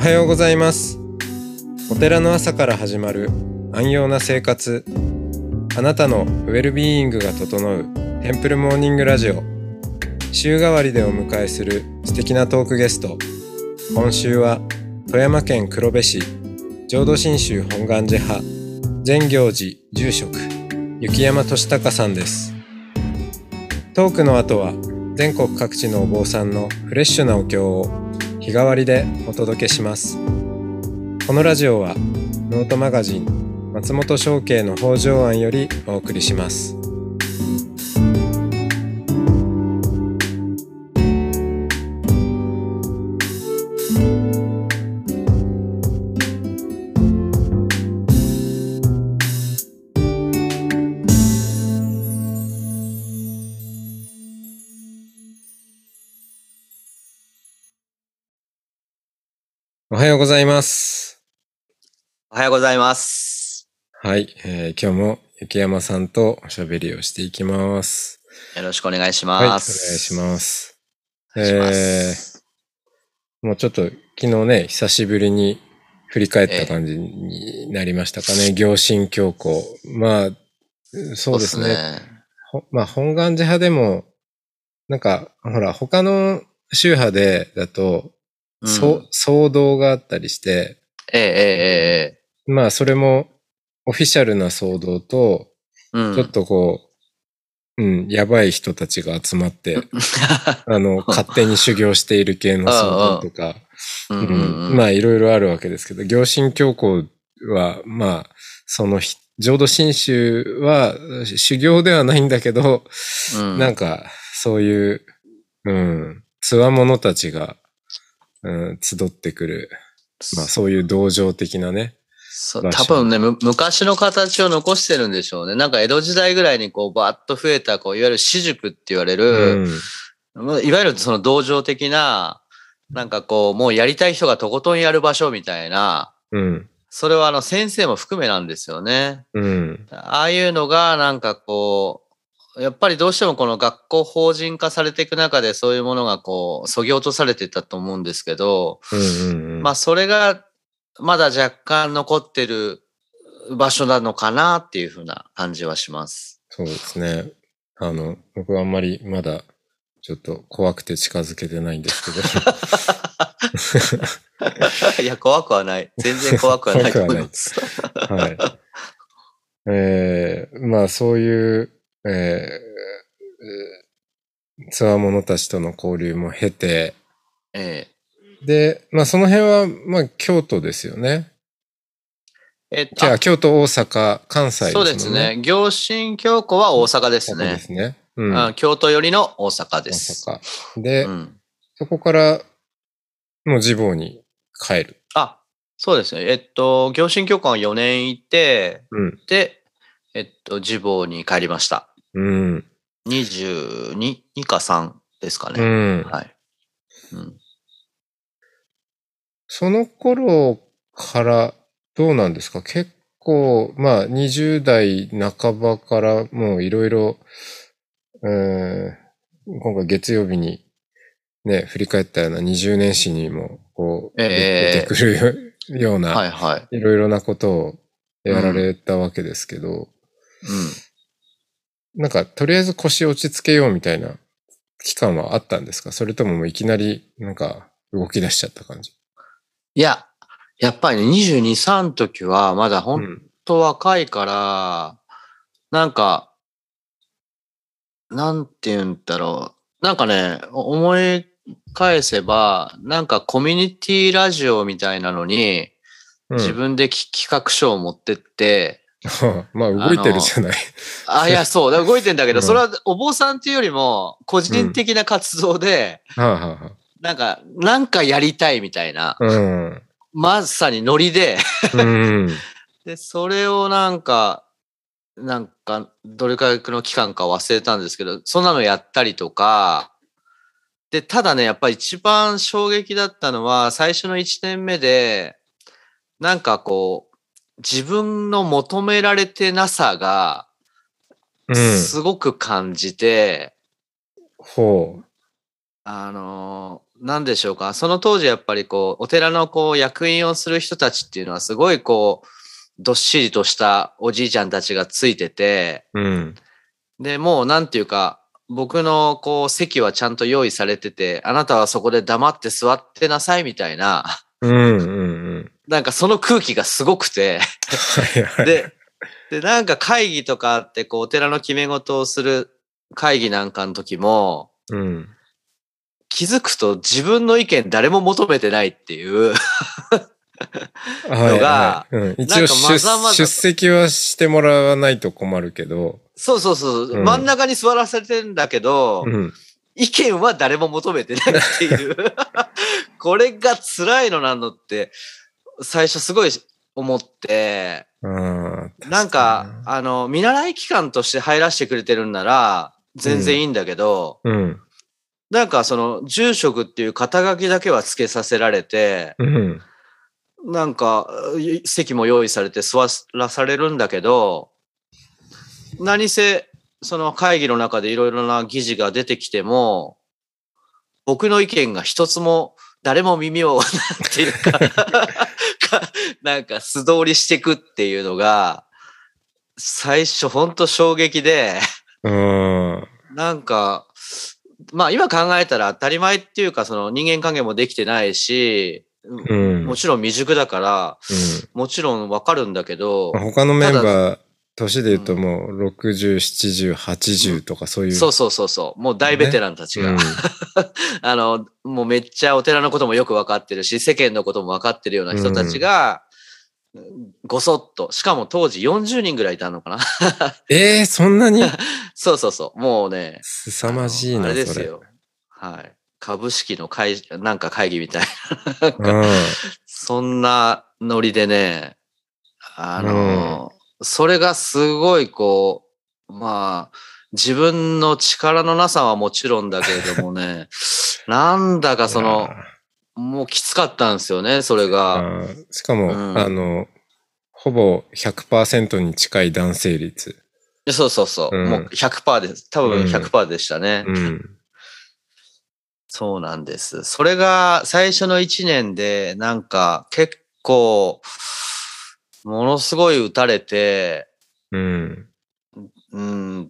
はようございます。お寺の朝から始まる安養な生活、あなたのウェルビーイングが整うテンプルモーニングラジオ。週替わりでお迎えする素敵なトークゲスト。今週は富山県黒部市浄土真宗本願寺派全行寺住職雪山俊孝さんです。トークの後は全国各地のお坊さんのフレッシュなお経を日替わりでお届けします。このラジオはノートマガジン松本商家の北条庵よりお送りします。おはようございます。 おはようございます。 はい、今日も雪山さんとおしゃべりをしていきます。 よろしくお願いしはい、お願まいす。 します。 お願いします。 もうちょっと昨日ね、久しぶりに振り返った感じになりましたかね。行信教皇。まあ、そうですね。まあ、本願寺派でも、なんか、ほら、他の宗派でだと、騒動があったりして、まあ、それもオフィシャルな騒動と、ちょっとこう、やばい人たちが集まって、勝手に修行している系の騒動とか、まあ、いろいろあるわけですけど、行信教皇は、まあ、浄土真宗は修行ではないんだけど、なんか、そういう、強者たちが、集ってくる、まあそういう道場的なね。 多分ね、昔の形を残してるんでしょうね。なんか江戸時代ぐらいにこうバーッと増えた、こう、いわゆる私塾って言われる、いわゆるその道場的な、なんかこう、もうやりたい人がとことんやる場所みたいな、それは先生も含めなんですよね。ああいうのがなんかこう、やっぱりどうしてもこの学校法人化されていく中でそういうものがこう、削ぎ落とされていったと思うんですけど、まあそれがまだ若干残ってる場所なのかなっていうふうな感じはします。 そうですね。僕はあんまりまだちょっと怖くて近づけてないんですけど。いや、怖くはない。全然怖くはないと思います。 はい。まあそういう、つわものたちとの交流も経て、で、まあその辺は、まあ京都ですよね。じゃあ京都、大阪、関西ですもんね。 そうですね。行信教皇は大阪ですね。 そうですね。 京都寄りの大阪です。 大阪。で、そこからもう地方に帰る。 そうですね。行信教皇は4年いて、で、地方に帰りました。22か3ですかね。はい。 その頃からどうなんですか？結構、まあ20代半ばからもういろいろ、今回月曜日にね、振り返ったような20年史にもこう出てくるような、いろいろなことをやられたわけですけど、なんかとりあえず腰落ち着けようみたいな期間はあったんですか？それとももういきなりなんか動き出しちゃった感じ？ いや、やっぱりね、22、3の時はまだ本当若いから、なんか、なんて言うんだろう。なんかね、思い返せば、なんかコミュニティラジオみたいなのに、自分で企画書を持ってって、 まあ動いてるじゃない。 いや、そう、動いてんだけど、それはお坊さんっていうよりも、個人的な活動で、なんかやりたいみたいな、まさにノリでで、それをなんか、どれくらいの期間か忘れたんですけど、そんなのやったりとか、で、ただね、やっぱり一番衝撃だったのは、最初の1年目で、なんかこう、自分の求められてなさが、すごく感じて、 なんでしょうか。その当時やっぱりこう、お寺のこう、役員をする人たちっていうのはすごいこう、どっしりとしたおじいちゃんたちがついてて、 うん。 で、もうなんていうか、僕のこう、席はちゃんと用意されてて、あなたはそこで黙って座ってなさいみたいな、 うんうんうん。 なんかその空気がすごくて、 はいはい。 で、なんか会議とかあって、こう、お寺の決め事をする会議なんかの時も、 うん。 気づくと自分の意見誰も求めてないっていうはいはい。 のが、 うん。一応なんかまざま出ざと、 席はしてもらわないと困るけど、 そうそうそう、 うん。 真ん中に座らせてんだけど、 うん。 意見は誰も求めてないっていうこれが辛いのなのって、最初すごい思って、 ああ、 なん確かにか、 な。 見習い機関として入らせてくれてるんなら、全然いいんだけど、 うん。 なんかその、住職っていう肩書きだけはつけさせられて、 うん。 なんか、席も用意されて座らされるんだけど、何せ、その会議の中でいろいろな議事が出てきても、僕の意見が一つも誰も耳を、なんていうかなんか素通りしてくっていうのが、最初ほんと衝撃で、 うん。 なんか、まあ今考えたら当たり前っていうか、その人間関係もできてないし、 うん。 もちろん未熟だから、 うん。 もちろんわかるんだけど、 他のメただ、 ンバー、年で言うとうん、 もう60、70、80とかそういうそうそうそうそう、もう大ベテね。 ランたちが、 うん。 もうめっちゃお寺のこともよくわかってるし、世間のこともわかってるようなう人たちん。 が、ごそっと、しかも当時40人ぐらいいたのかなそんなにそうそうそう。もうね、 凄まじいあれな、それ。 ですよ。はい。株式のなんか会議みたいな。なんか、 うん。 そんなノリでね、 うん。 それがすごいこう、まあ、自分の力のなさはもちろんだけれどもね、なんだかいやその、もうきつかったんですよね、それが。 しかも、 うん。 ほぼ100%に近い男性率。 そうそうそう。もううん。 100%です。多分うん。 100%でしたね。 うん。 そうなんです。それが最初の1年で、なんか結構、ものすごい打たれて、 うん。 うん、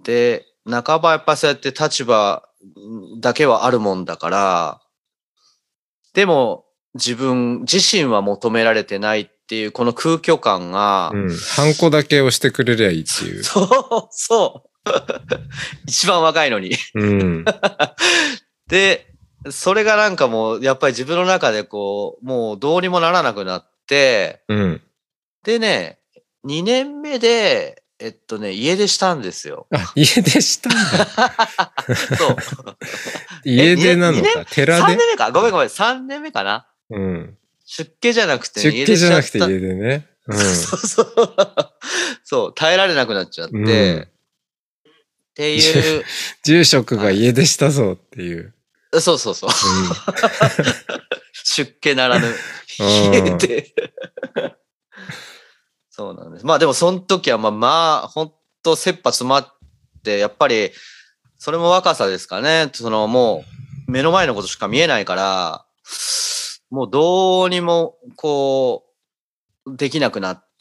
で、半ばやっぱそうやって立場だけはあるもんだから、でも自分自身は求められてないっていうこの空虚感が、 うん。ハンコだけ押してくれりゃいいっていう。 そう、そう。一番若いのにうん。 で、それがなんかもう、やっぱり自分の中でこう、もうどうにもならなくなって、 うん。 でね、2年目で、家出したんですよ。 あ、家出したんだ。 そう。 家出な 2年のか寺 ?3 で年目かごめんごめん、3年目かなうん。 出家じゃなくてね、 出家出し家じゃなくてちゃった。 家出ね。うん。 そうそうそう。そう、耐えられなくなっちゃっうん。 て、っていう、 住職がはい。 家出したぞっていう。 そうそうそう。 うん。 出家ならぬ、 う家ん。 出。そうなんです。まあでもその時はまあ本当切羽詰まって、やっぱりそれも若さですかね。そのもう目の前のことしか見えないから、もうどうにもこうできなくなって、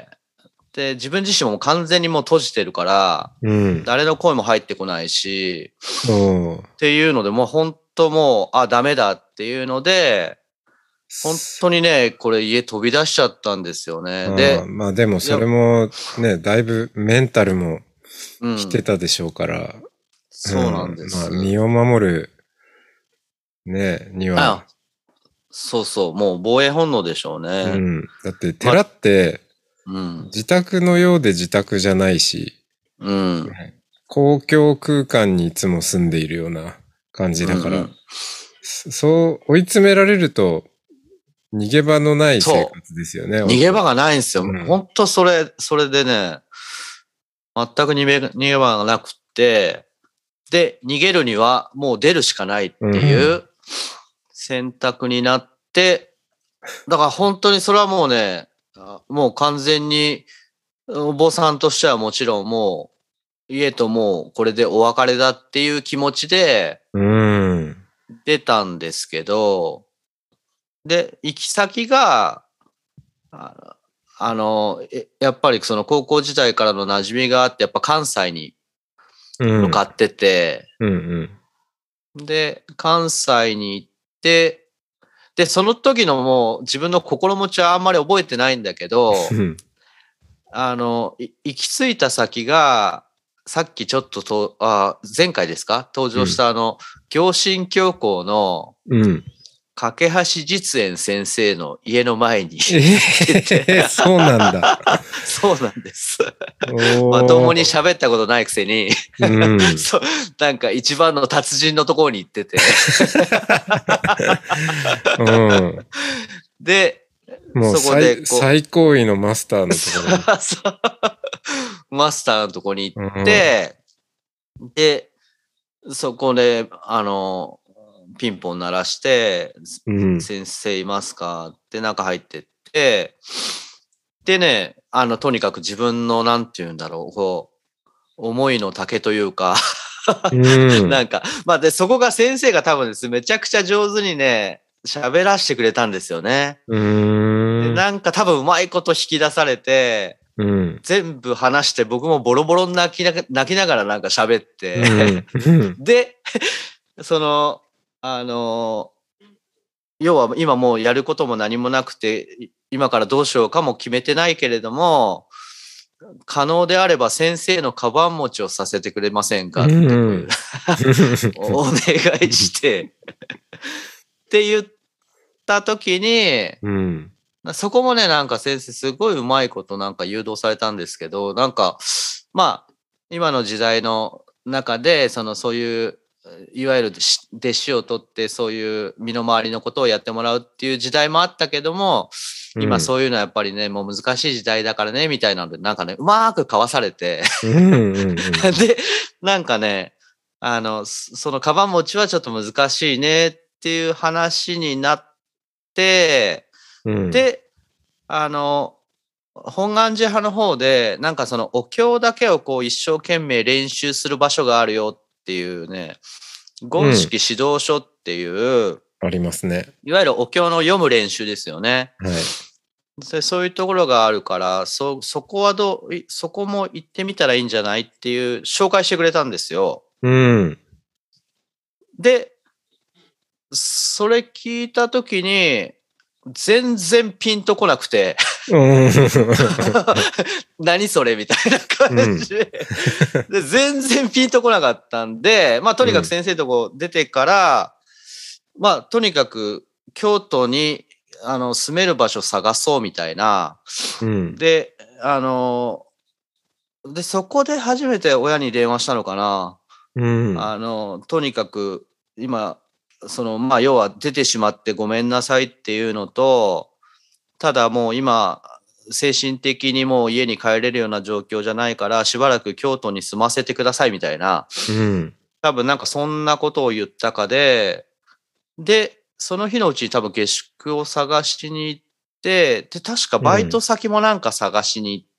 で、自分自身も完全にもう閉じてるから、 うん。 誰の声も入ってこないし、 おーっていうのでもう本当もう、ダメだっていうので、本当にね、これ家飛び出しちゃったんですよね。で、 まあでもそいや、 れもね、だいぶメンタルも来てうん。 たでしょうから、うそうなんん。まあです。 身を守るね、には、 あ、そうそう、もう防衛本能でしょううね。 ん。だって寺ま、 ってうん、 自宅のようで自宅じゃないし、 うん、 ね公共空間にいつも住んでいるような感じうん、 だから、 うん。 そう追い詰められると逃げ場のない生そ活ですよね。 う。逃げ場がないんですよ。 うん。 本当それでね、全く逃げ場がなくって、で、逃げるにはもう出るしかないっうん。 ていう選択になって、だから本当にそれはもうね、もう完全にお坊さんとしてはもちろんもう家ともうこれでお別れだっていう気持ちで、 うん。 出たんですけど、で、行き先が、やっぱりその高校時代からの馴染みがあって、やっぱ関西に向かってて、で、関西に行って、で、その時のもう自分の心持ちはあんまり覚えてないんだけど、行き着いた先が、さっきちょっと前回ですか登場した行進教皇の、架橋実園先生の家の前にそうなんだ。 そうなんです。まともに喋ったことないくせにそう、なんか一番の達人のところに行っててで、 もうそこで最高位のマスターのところに。 マスターのところに行って、で、そこで、ピンポン鳴らして、先生いますかって中入ってって、でね、とにかく自分の、なんて言うんだろう、こう、思いの丈というかなんか、まあで、そこが先生が多分です、めちゃくちゃ上手にね、喋らせてくれたんですよね。でなんか多分うまいこと引き出されて、全部話して僕もボロボロに泣きながらなんか喋ってで、要は今もうやることも何もなくて、今からどうしようかも決めてないけれども、可能であれば先生のカバン持ちをさせてくれませんかってお願いしてって言った時に、そこもね、なんか先生すごいうまいことなんか誘導されたんですけど、なんか、まあ、今の時代の中で、そういう、いわゆる弟子を取ってそういう身の回りのことをやってもらうっていう時代もあったけども、今そういうのはやっぱりね、もう難しい時代だからね、みたいなので、なんかね、うまくかわされてで、なんかね、そのカバン持ちはちょっと難しいねっていう話になって、で、本願寺派の方で、なんかそのお経だけをこう一生懸命練習する場所があるよっていうね、権式指導書っていう、 ありますね。 いわゆるお経の読む練習ですよね。 はい。 そういうところがあるから、そこはそこも行ってみたらいいんじゃないっていう紹介してくれたんですよ。で、それ聞いたときに、全然ピンとこなくて何それみたいな感じで全然ピンとこなかったんで、まあとにかく先生とこ出てから、まあとにかく京都に住める場所探そうみたいな、でそこで初めて親に電話したのかな。とにかく今まあ要は出てしまってごめんなさいっていうのと、ただもう今精神的にもう家に帰れるような状況じゃないからしばらく京都に住ませてくださいみたいな、多分なんかそんなことを言ったかで、その日のうちに多分下宿を探しに行って、で確かバイト先もなんか探しに行って、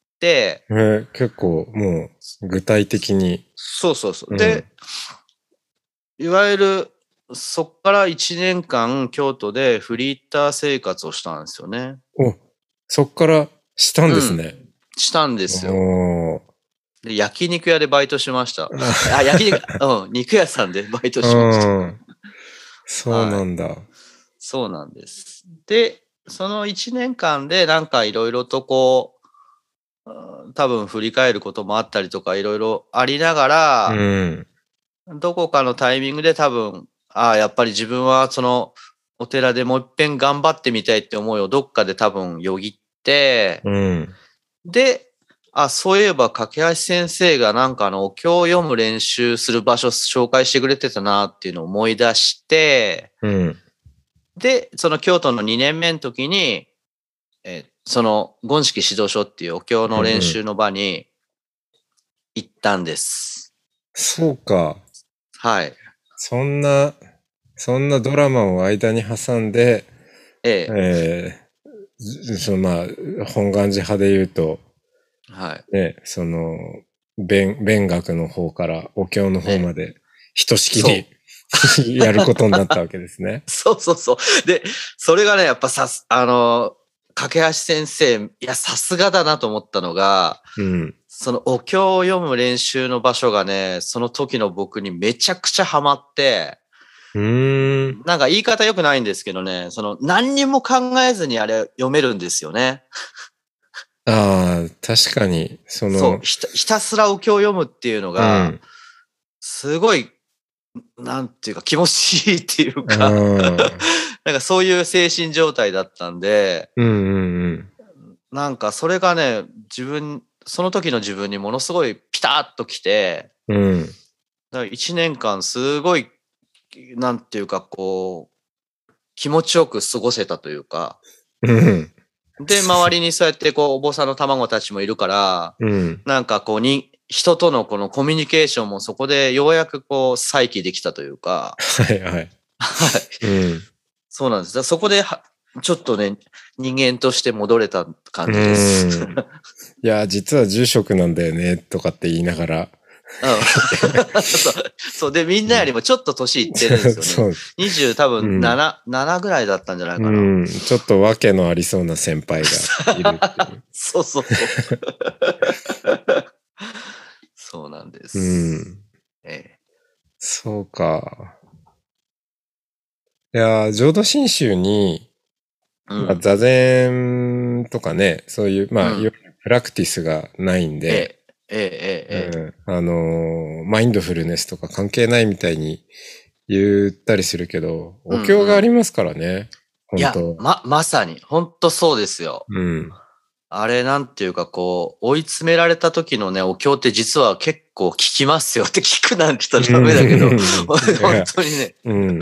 結構もう具体的に。 そう。で、いわゆるそっから1年間京都でフリーター生活をしたんですよね。 そっからしたんですね。 したんですよ。で焼肉屋でバイトしました。肉屋さんでバイトしました。 そうなんだ、 そうなんです。で、その1年間でなんかいろいろとこう、多分振り返ることもあったりとかいろいろありながら、どこかのタイミングで多分、やっぱり自分はそのお寺でもう一遍頑張ってみたいって思いをどっかで多分よぎって、で、そういえば架橋先生がなんかお経を読む練習する場所紹介してくれてたなっていうのを思い出して、で、その京都の2年目の時に、その権式指導書っていうお経の練習の場に行ったんです。 そうか。 はい。 そんなドラマを間に挟んで、まあ、本願寺派で言うと、弁学の方からお経の方まで、ひとしきりやることになったわけですね。 そうそうそう。で、それがね、やっぱ架橋先生、いや、さすがだなと思ったのが、 うん、 そのお経を読む練習の場所がね、その時の僕にめちゃくちゃハマって、なんか言い方良くないんですけどね、その何にも考えずにあれ読めるんですよね。 ああ、確かに、 そう、ひたすらお経を読むっていうのが、すごい、なんていうか気持ちいいっていうかなんかそういう精神状態だったんで、なんかそれがね、その時の自分にものすごいピタッときて、だから1年間すごい、なんていうかこう、気持ちよく過ごせたというか、で、周りにそうやってこう、お坊さんの卵たちもいるから、なんかこう人とのこのコミュニケーションもそこでようやくこう再起できたというか。 はいはい。はい。 そうなんです。そこでちょっとね、人間として戻れた感じです。 いや、実は住職なんだよね、とかって言いながら。 そう。で、みんなよりもちょっと年いってるんですよね。20多分7ぐらいだったんじゃないかな。 ちょっと訳のありそうな先輩がいるっていう。 そう。そうなんです。 そうか。いや、浄土真宗に、座禅とかね、そういう、プラクティスがないんで、マインドフルネスとか関係ないみたいに言ったりするけど、お経がありますからね。 いや、まさに、本当そうですよ。あれなんていうかこう、追い詰められた時のね、お経って実は結構聞きますよって聞くなんて言ったらダメだけど、本当にね。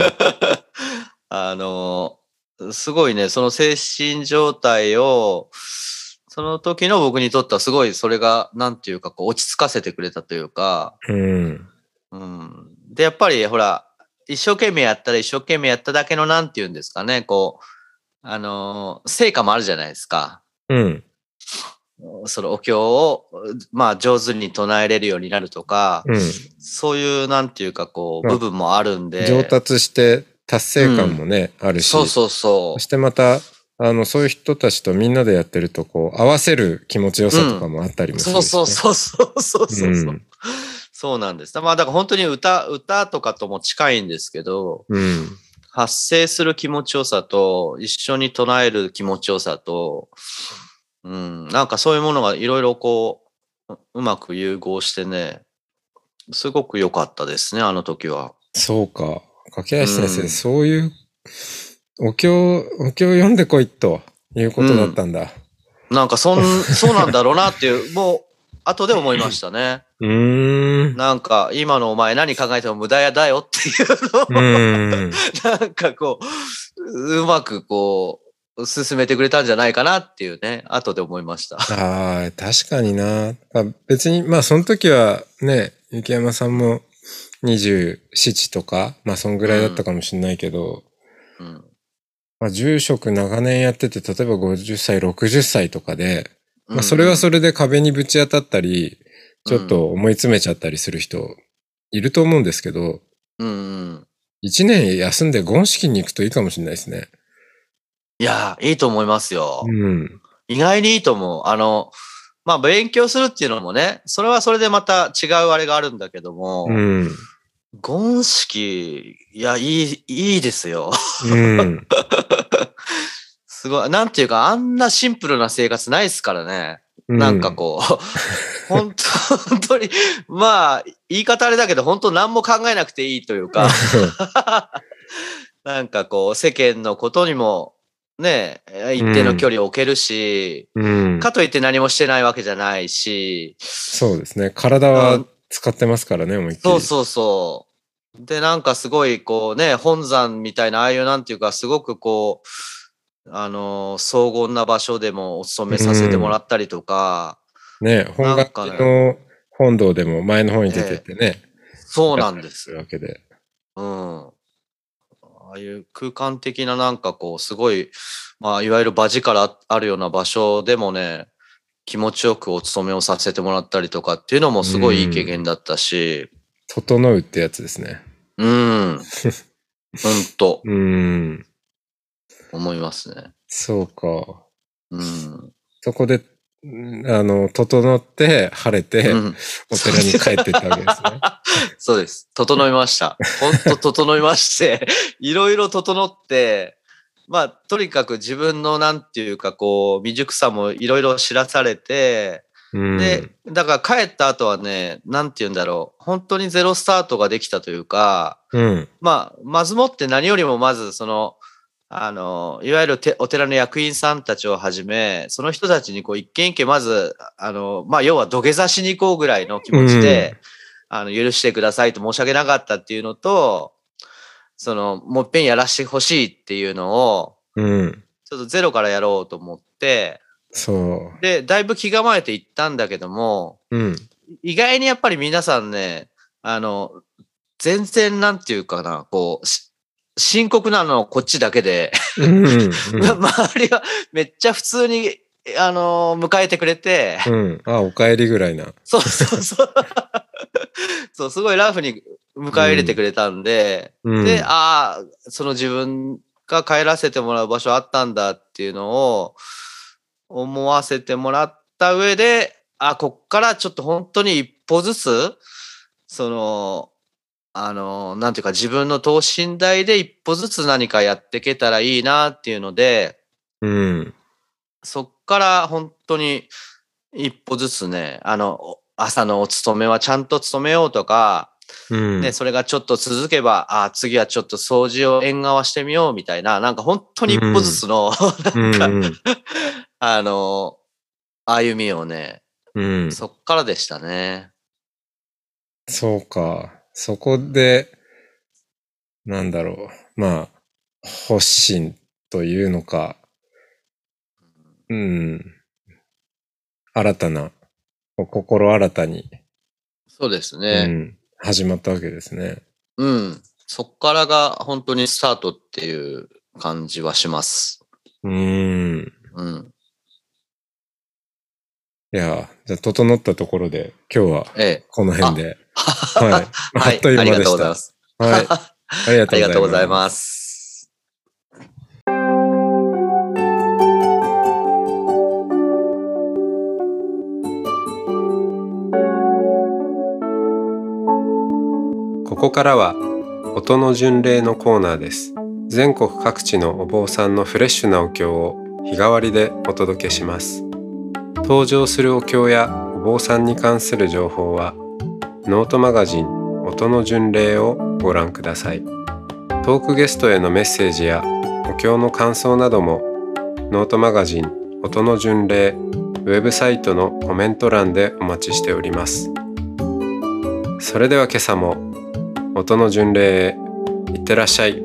すごいね、その精神状態を、その時の僕にとってはすごいそれが、なんていうかこう、落ち着かせてくれたというか、で、やっぱりほら、一生懸命やったら一生懸命やっただけのなんていうんですかね、こう、成果もあるじゃないですか。そのお経を、上手に唱えれるようになるとか、そういうなんていうかこう、部分もあるんで。 上達して達成感もね、あるし。そしてまた、そういう人たちとみんなでやってると、こう、合わせる気持ちよさとかもあったりもするし、ね。 そうなんです。だから本当に歌とかとも近いんですけど、発声する気持ちよさと、一緒に唱える気持ちよさと、なんかそういうものがいろいろこう、うまく融合してね、すごく良かったですね、あの時は。 そうか。架橋先生、そういう、お経読んでこいということだったんだ。 なんかそうなんだろうなっていう、もう、後で思いましたね。なんか、今のお前何考えても無駄だよっていうのを、なんかこう、うまくこう、進めてくれたんじゃないかなっていうね、後で思いました。 ああ、確かにな。別に、その時はね、雪山さんも27とか、そんぐらいだったかもしれないけど、住職長年やってて、例えば50歳、60歳とかで、それはそれで壁にぶち当たったり、ちょっと思い詰めちゃったりする人いると思うんですけど、1年休んでゴン式に行くといいかもしれないですね。 いや、いいと思いますよ。意外にいいと思う。勉強するっていうのもね、それはそれでまた違うあれがあるんだけども、ゴン式、いや、いいですよ。すごい。なんていうか、あんなシンプルな生活ないですからね。なんかこう、本当に、言い方あれだけど、本当何も考えなくていいというか、なんかこう、世間のことにも、ね、一定の距離を置けるし、かといって何もしてないわけじゃないし。 そうですね。体は使ってますからね、思いっきり。 そう。で、なんかすごい、こうね、本山みたいな、ああいうなんていうか、すごくこう、荘厳な場所でもお勤めさせてもらったりとか。 ね、本願寺の本堂でも前の方に出てってね。 そうなんです。 わけで。 ああいう空間的ななんかこう、すごい、いわゆる場力あるような場所でもね、気持ちよくお勤めをさせてもらったりとかっていうのもすごいいい経験だったし。 整うってやつですね。 うん。ほんと。思いますね。 そうか。 うん。 そこで、整って晴れて、お寺に帰ってったわけですね。 そうです。整いました。ほんと整いまして、いろいろ整って、まあ、とにかく自分のなんていうか、こう、未熟さもいろいろ知らされて、で、だから帰った後はね、なんて言うんだろう。本当にゼロスタートができたというか、まあ、まずもって何よりもまず、いわゆるお寺の役員さんたちをはじめ、その人たちにこう一軒一軒まず、まあ、要は土下座しに行こうぐらいの気持ちで、許してくださいと申し訳なかったっていうのと、もう一遍やらしてほしいっていうのを、ちょっとゼロからやろうと思って、で、だいぶ気構えていったんだけども、意外にやっぱり皆さんね、全然なんていうかな、こう、深刻なのこっちだけで周りはめっちゃ普通に、迎えてくれて、 お帰りぐらいな。 そうそうそう。そう、すごいラフに迎え入れてくれたんで、で、その自分が帰らせてもらう場所あったんだっていうのを思わせてもらった上で、こっからちょっと本当に一歩ずつ、なんていうか自分の等身大で一歩ずつ何かやっていけたらいいなっていうので、そっから本当に一歩ずつね、朝のお勤めはちゃんと勤めようとか、ね、それがちょっと続けば、次はちょっと掃除を縁側してみようみたいな、なんか本当に一歩ずつの、なんか、歩みをね、そっからでしたね。 そうか。そこで、なんだろう。まあ、発心というのか、新たな、心新たに。 そうですね。 始まったわけですね。 そっからが本当にスタートっていう感じはします。 いや、じゃあ整ったところで、今日はこの辺で。はい。 あっという間でした。ありがとうございます。 はい。ありがとうございます。ここからは音の巡礼のコーナーです。全国各地のお坊さんのフレッシュなお経を日替わりでお届けします。登場するお経やお坊さんに関する情報はノートマガジン音の巡礼をご覧ください。トークゲストへのメッセージやお経の感想などもノートマガジン音の巡礼ウェブサイトのコメント欄でお待ちしております。それでは今朝も音の巡礼へいってらっしゃい。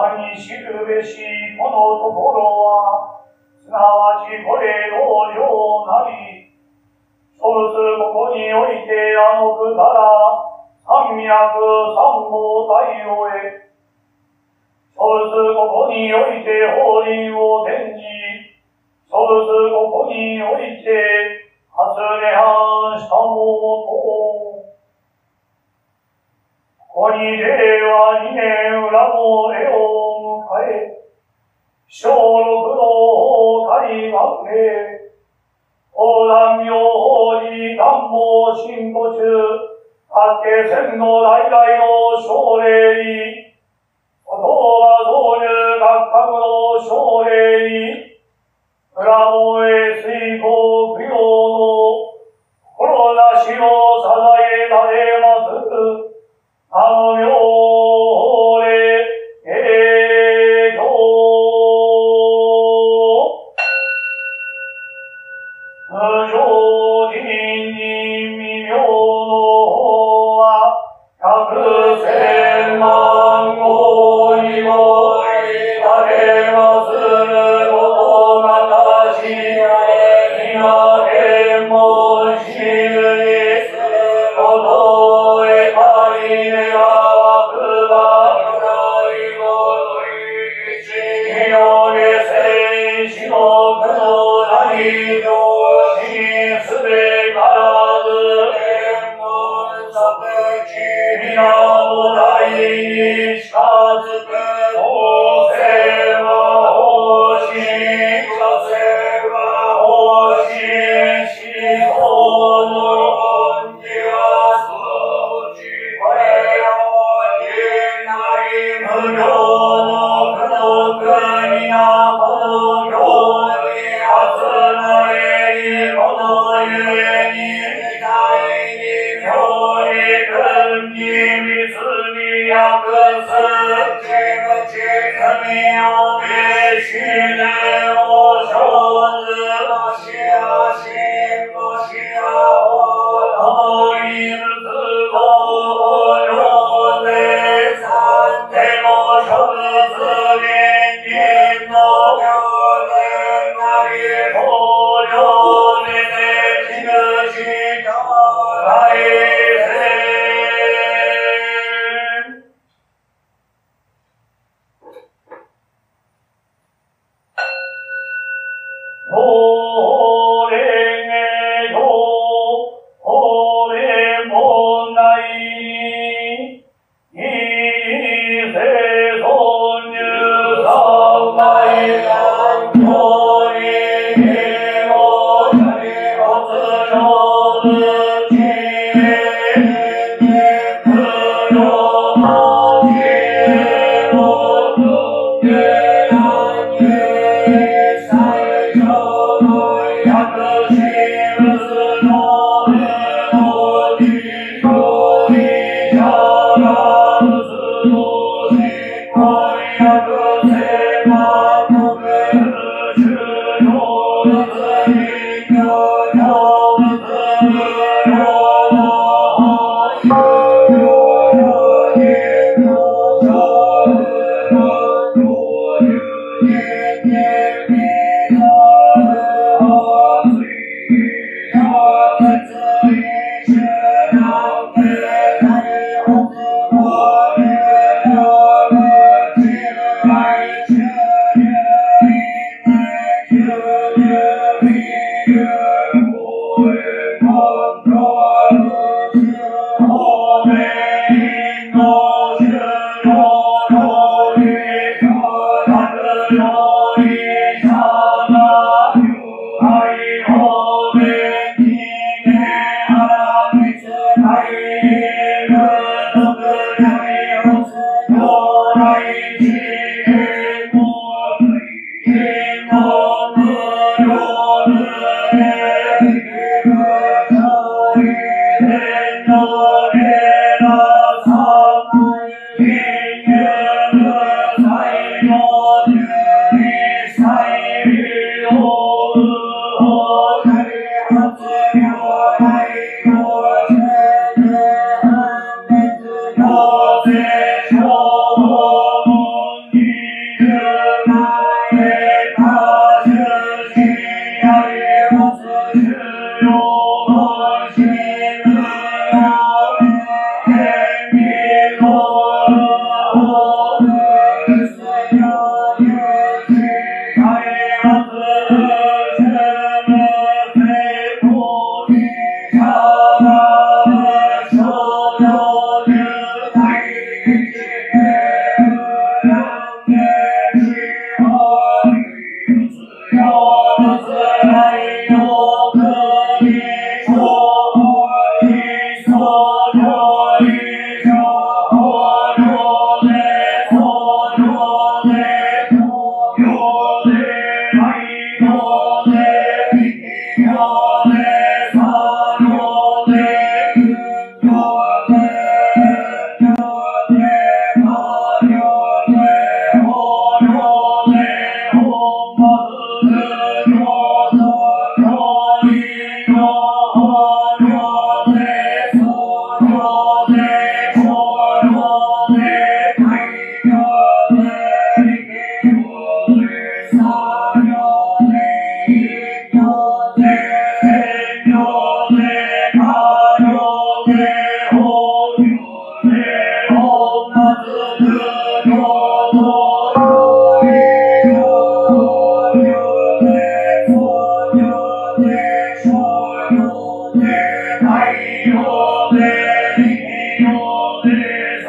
に知るべしこのところは、すなわちこれ道場なり、一つここにおいてあのくから三脈三宝体を得、一つここにおいて法輪を伝じ、一つここにおいて初涅槃したものと、ここに令和2年裏の絵を迎え、小六の仮万名、横断明法寺願望進歩中、八景線の代々の奨励、言葉導入学格の奨励、裏門へ水行供養の志をさざえられます。南無妙法令永上。無常人に未明の法は百千万号にもあれますることがたし、今天も知るにすることへかり願わくば、日の下戦士の苦の何上心すべからず、天文即地皆の大に近づく法制は方針、法制は方針、思想の本寺はそうち、これを言ない無料の苦の国なこの行に初の絵にこのゆえに時代に妙に軍に密に訳すちむち罪を召しねを生ずもしやしもしやを共に結ぼう両で三手の諸物現人の行伝なり法領で地主兄弟せ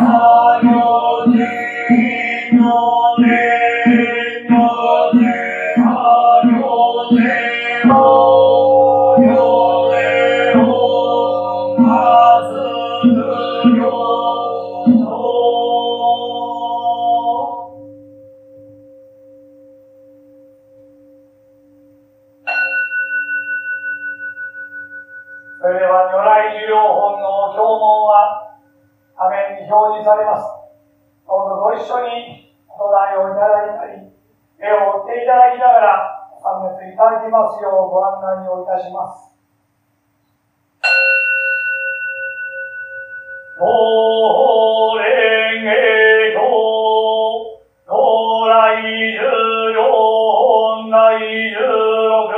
それでは如来寿量本の経文は画面に表示されます。どうぞご一緒にお唱えをいただいたり、手を追っていただきながらお参列いただきますようご案内をいたします。当蓮華経、如来寿量本第16、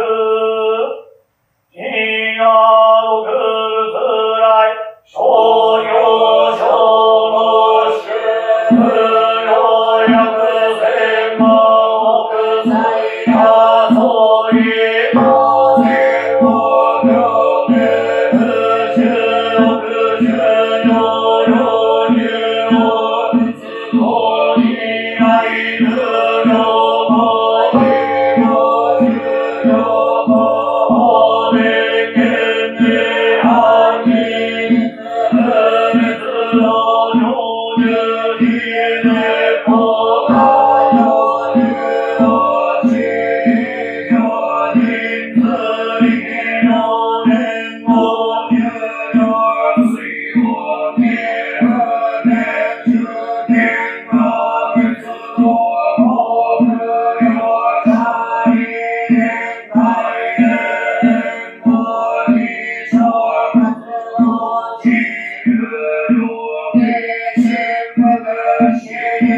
日が六仏来、諸行書の主、無料約千万億歳、多相違、天国両目、宇宙六十両両入を、五に来無料も、無料十両も、おでけんであり、無別の両十比でこかよりをし、上人つりの年号入量水を見る年中天が別のも無料大変大変ご理想仏の地流量で神仏知り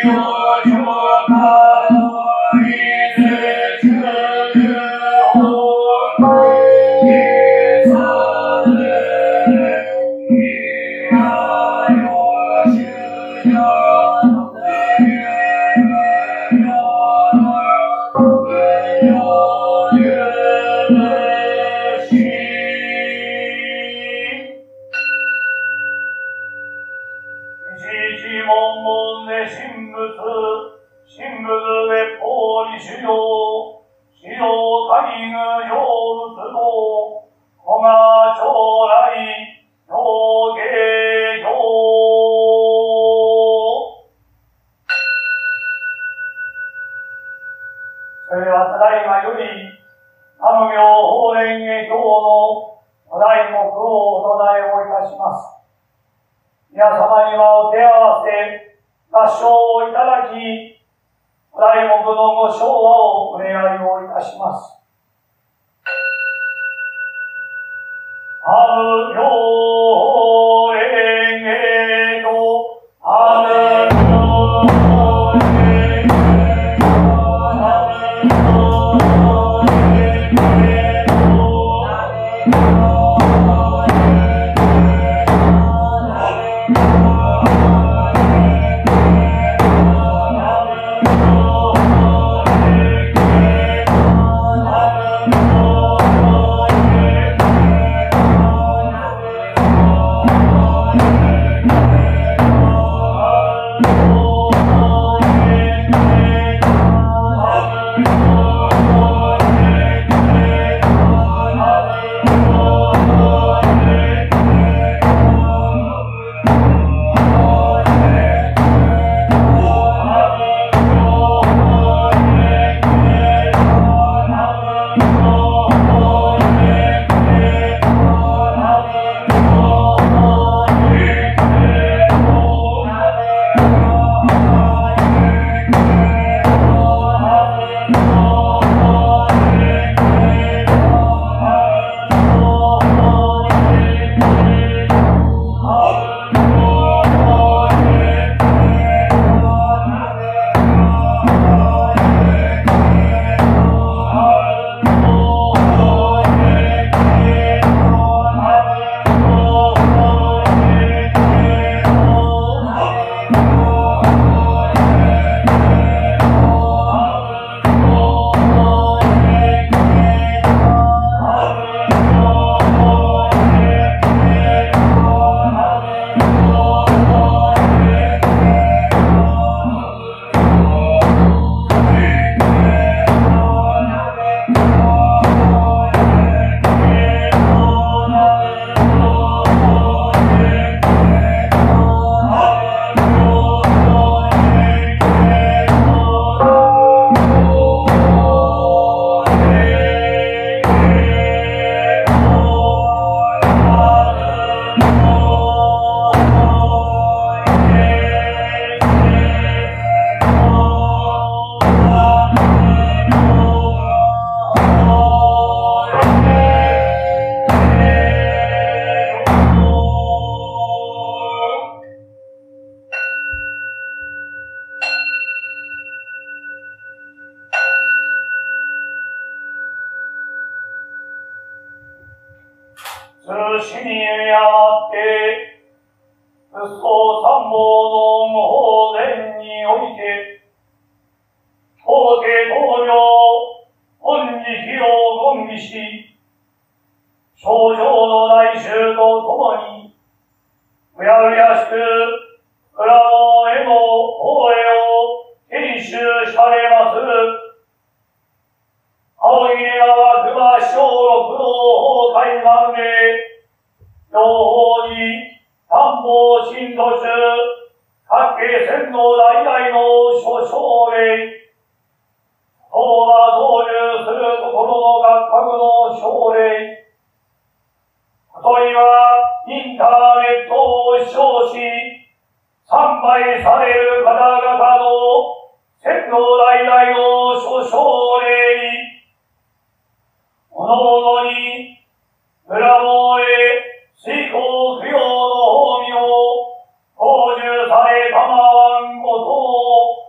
奉受されたまわんこと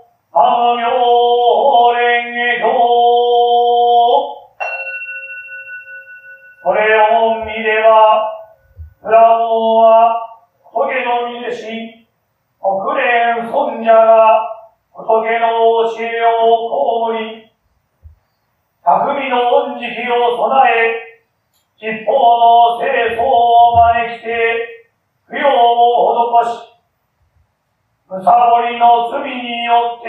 が仏の教えを被り、匠の恩時を備え、吉報の清掃を招きて、供養を施し、むさぼりの罪によって、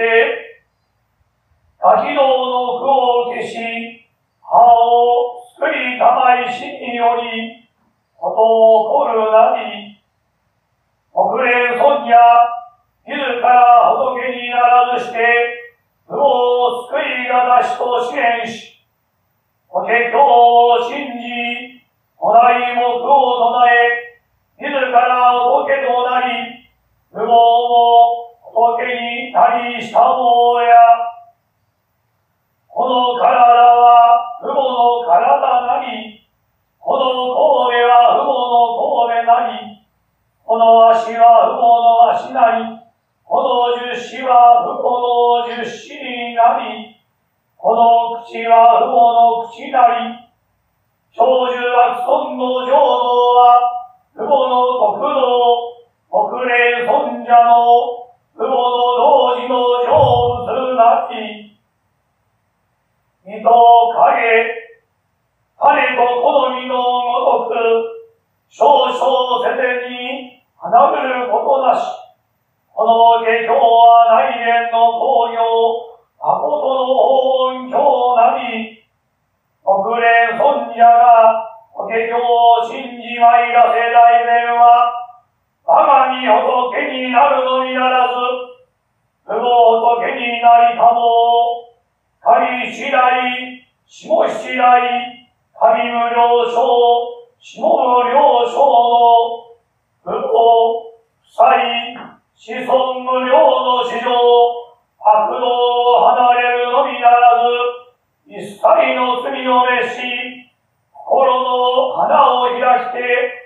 多軌道の苦を消し、歯を作りたまいしにより、ことを起こるなり、国連尊や、自ら仏にならずして、苦を救いがたしと支援し、法華経を信じ、お題目を唱え、自ら仏となり、無謀も仏になりしたもや、この体は父母の体なり、この神戸は父母の神戸なり、この足は父母の足なり、この十指は父母の十指になり、この口は父母の口なり、長寿悪尊の浄土は父母の国土、国連尊者の父母の同時の成仏なり、身と影、彼と好みのごとく、少々世間に花ぶることなし、この下教は内面の工業、誠の本教なり、国連尊者が法華経を信じまいらせ大前は、我が身仏になるのみならず、父母仏になりたも、神次第、下七代、神無量称、下無量称の、父母、夫妻、子孫無量の史上、悪道を離れるのみならず、一切の罪を滅し、心の花を開して、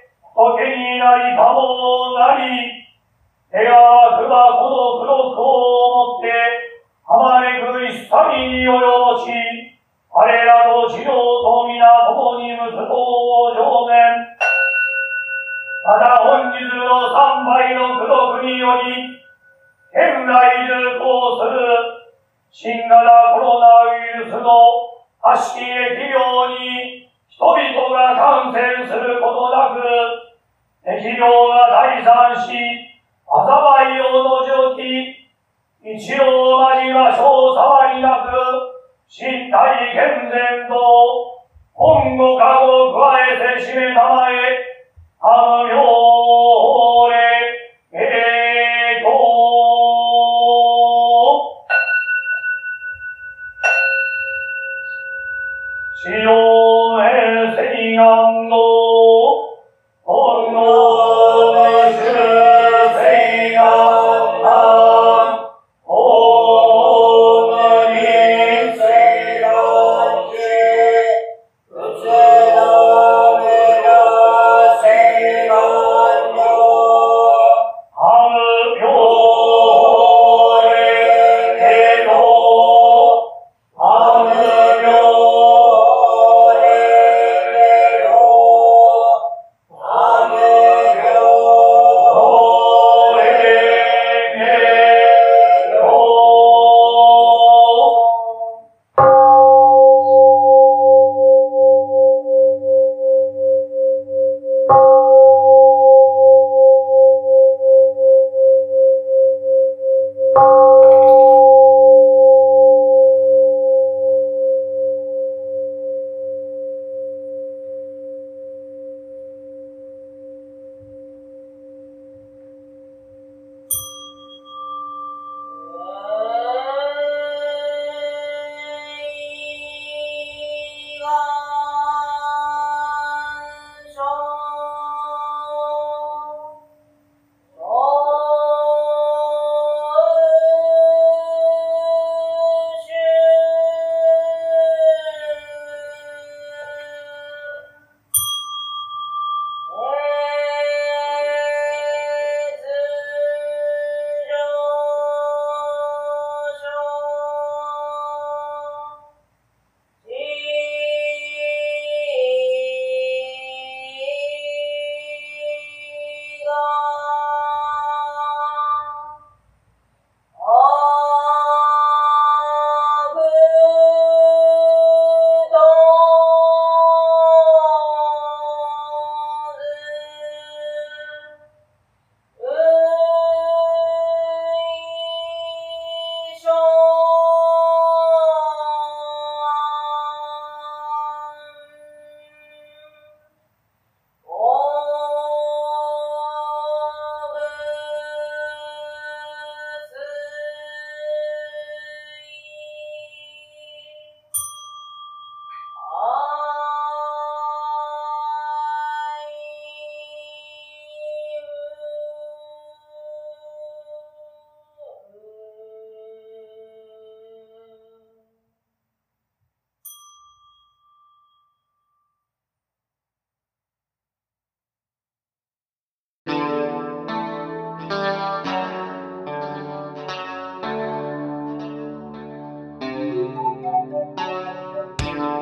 仏になりたもなり、手がくばこの黒くをもって、あまねく一切に及ぼし、我らと治療と皆共に結ぼう上面。また本日の三倍の功徳により、現在流行する新型コロナウイルスの悪しき疫病に人々が感染することなく、疫病が退散し、災いを除き、一応まじましょう触りなく、身体健全と、本語加護加えせしめたまえ、無量霊、使用名聖願の本能の主聖願な法無人聖願し仏道無量聖願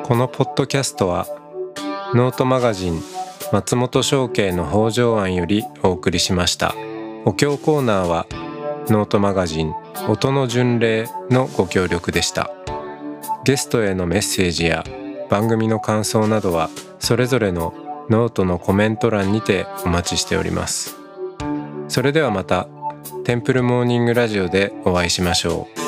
このポッドキャストはノートマガジン松本商家の北条庵よりお送りしました。お経コーナーはノートマガジン音の巡礼のご協力でした。ゲストへのメッセージや番組の感想などはそれぞれのノートのコメント欄にてお待ちしております。それではまたテンプルモーニングラジオでお会いしましょう。